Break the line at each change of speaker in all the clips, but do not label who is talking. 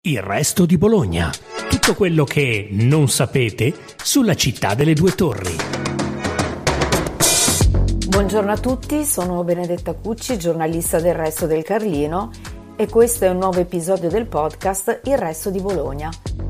Il resto di Bologna. Tutto quello che non sapete sulla città delle due torri.
Buongiorno a tutti, sono Benedetta Cucci, giornalista del Resto del Carlino, e questo è un nuovo episodio del podcast Il resto di Bologna.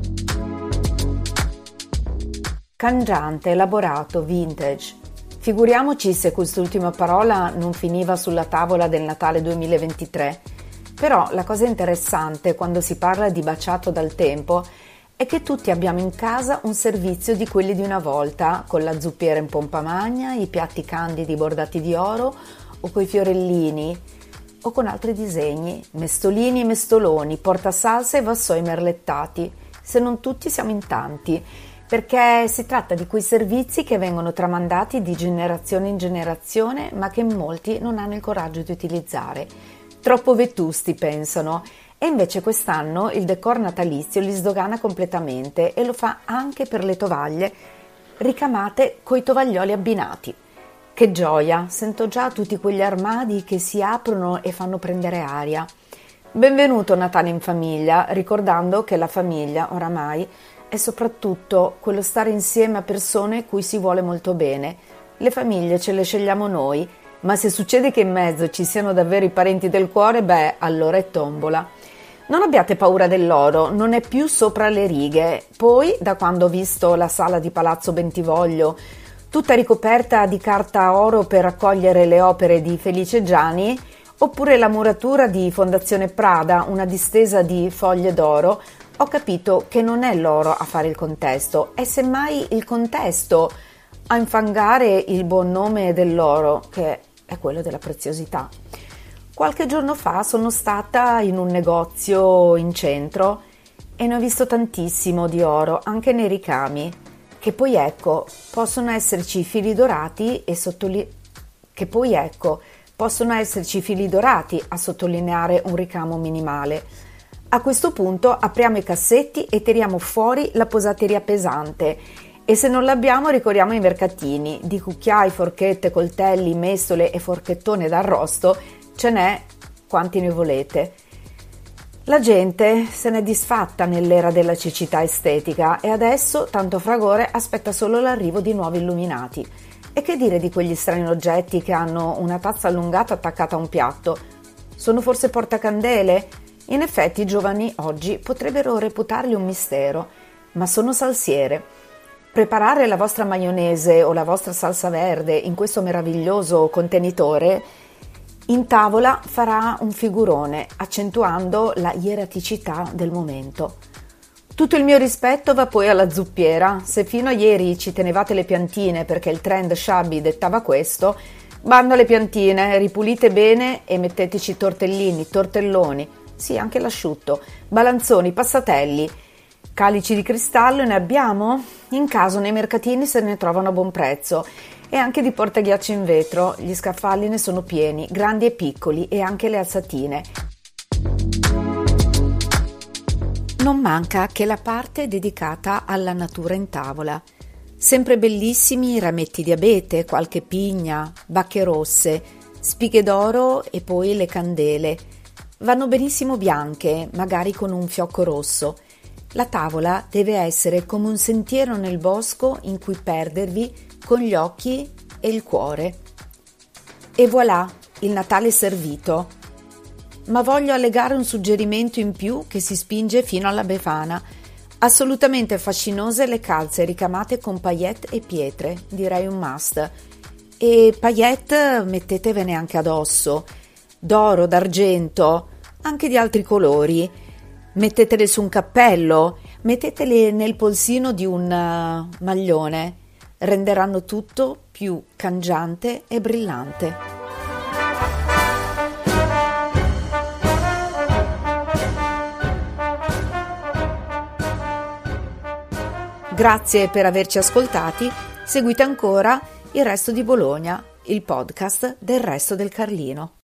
Cangiante, elaborato, vintage. Figuriamoci se quest'ultima parola non finiva sulla tavola del Natale 2023. Però la cosa interessante quando si parla di baciato dal tempo è che tutti abbiamo in casa un servizio di quelli di una volta, con la zuppiera in pompa magna, i piatti candidi bordati di oro o coi fiorellini o con altri disegni, mestolini e mestoloni, portasalsa e vassoi merlettati. Se non tutti siamo in tanti, perché si tratta di quei servizi che vengono tramandati di generazione in generazione ma che molti non hanno il coraggio di utilizzare. Troppo vetusti, pensano, e invece quest'anno il decor natalizio li sdogana completamente e lo fa anche per le tovaglie ricamate coi tovaglioli abbinati. Che gioia, sento già tutti quegli armadi che si aprono e fanno prendere aria. Benvenuto Natale in famiglia, ricordando che la famiglia, oramai, è soprattutto quello stare insieme a persone cui si vuole molto bene. Le famiglie ce le scegliamo noi, ma se succede che in mezzo ci siano davvero i parenti del cuore, allora è tombola. Non abbiate paura dell'oro, non è più sopra le righe. Poi, da quando ho visto la sala di Palazzo Bentivoglio, tutta ricoperta di carta oro per raccogliere le opere di Felice Giani, oppure la muratura di Fondazione Prada, una distesa di foglie d'oro, ho capito che non è l'oro a fare il contesto, è semmai il contesto a infangare il buon nome dell'oro, che è quello della preziosità. Qualche giorno fa sono stata in un negozio in centro e ne ho visto tantissimo di oro, anche nei ricami, che poi possono esserci fili dorati a sottolineare un ricamo minimale. A questo punto apriamo i cassetti e tiriamo fuori la posateria pesante. E se non l'abbiamo ricorriamo ai mercatini, di cucchiai, forchette, coltelli, mestole e forchettone d'arrosto, ce n'è quanti ne volete. La gente se n'è disfatta nell'era della cecità estetica e adesso, tanto fragore, aspetta solo l'arrivo di nuovi illuminati. E che dire di quegli strani oggetti che hanno una tazza allungata attaccata a un piatto? Sono forse portacandele? In effetti i giovani oggi potrebbero reputarli un mistero, ma sono salsiere. Preparare la vostra maionese o la vostra salsa verde in questo meraviglioso contenitore in tavola farà un figurone, accentuando la ieraticità del momento. Tutto il mio rispetto va poi alla zuppiera. Se fino a ieri ci tenevate le piantine perché il trend shabby dettava questo, bando alle piantine, ripulite bene e metteteci tortellini, tortelloni, sì anche l'asciutto, balanzoni, passatelli. Calici di cristallo ne abbiamo? In caso nei mercatini se ne trovano a buon prezzo e anche di portaghiaccio in vetro, gli scaffali ne sono pieni, grandi e piccoli, e anche le alzatine. Non manca che la parte dedicata alla natura in tavola. Sempre bellissimi i rametti di abete, qualche pigna, bacche rosse, spighe d'oro e poi le candele. Vanno benissimo bianche, magari con un fiocco rosso. La tavola deve essere come un sentiero nel bosco in cui perdervi con gli occhi e il cuore. E voilà, il Natale è servito. Ma voglio allegare un suggerimento in più che si spinge fino alla Befana. Assolutamente fascinose le calze ricamate con paillette e pietre, direi un must. E paillette mettetevene anche addosso, d'oro, d'argento, anche di altri colori. Mettetele su un cappello, mettetele nel polsino di un maglione, renderanno tutto più cangiante e brillante. Grazie per averci ascoltati, seguite ancora Il resto di Bologna, il podcast del Resto del Carlino.